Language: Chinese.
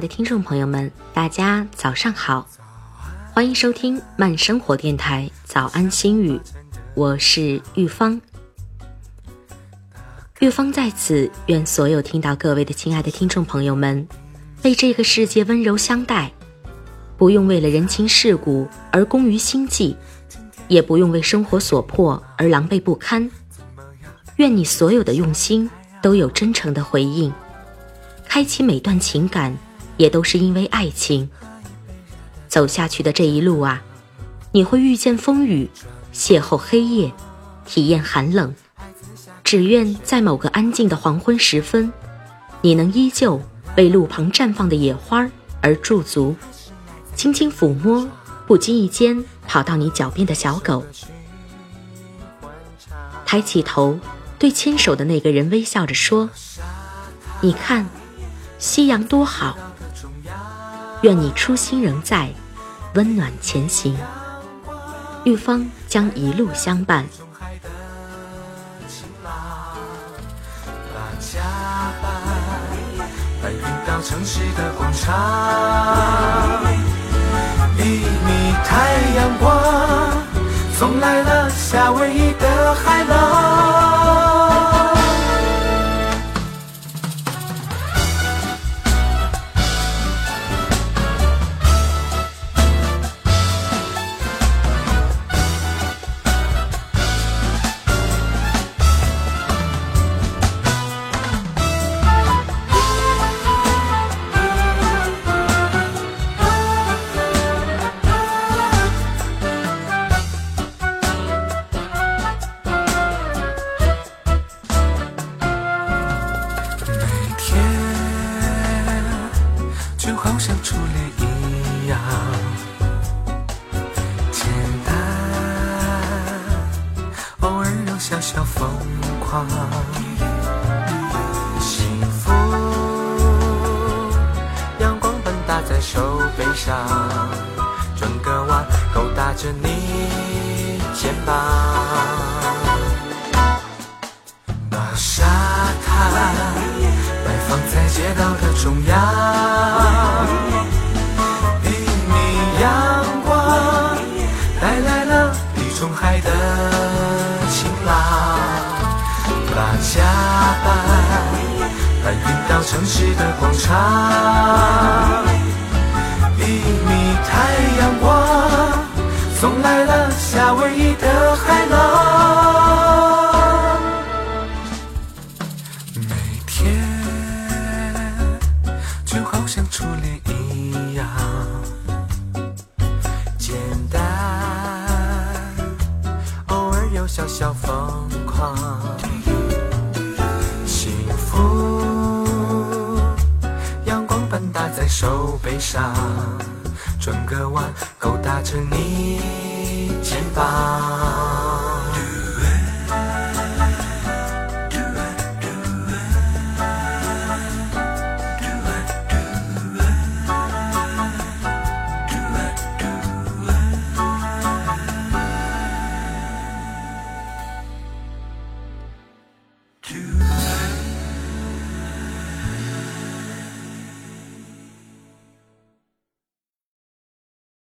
的听众朋友们，大家早上好，欢迎收听慢生活电台早安心语，我是玉芳。玉芳在此愿所有听到各位的亲爱的听众朋友们，被这个世界温柔相待，不用为了人情世故而攻于心计，也不用为生活所迫而狼狈不堪。愿你所有的用心都有真诚的回应，开启每段情感也都是因为爱情。走下去的这一路啊，你会遇见风雨，邂逅黑夜，体验寒冷。只愿在某个安静的黄昏时分，你能依旧为路旁绽放的野花而驻足，轻轻抚摸不经意间跑到你脚边的小狗。抬起头对牵手的那个人微笑着说，你看夕阳多好，愿你初心仍在，温暖前行。玉芳将一路相伴。 加班搬运到城市的广场，一米太阳光送来了夏威夷的海浪。就好像初恋一样简单，偶尔有小小疯狂，幸福阳光奔打在手背上，转个弯勾搭着你肩膀，把沙滩摆放在街道的中央，一米阳光带来了地中海的晴朗，把加班搬运到城市的广场，一米太阳光送来了夏威夷的海浪。就好像初恋一样简单，偶尔有小小疯狂，幸福阳光奔打在手背上，转个弯勾搭着你肩膀。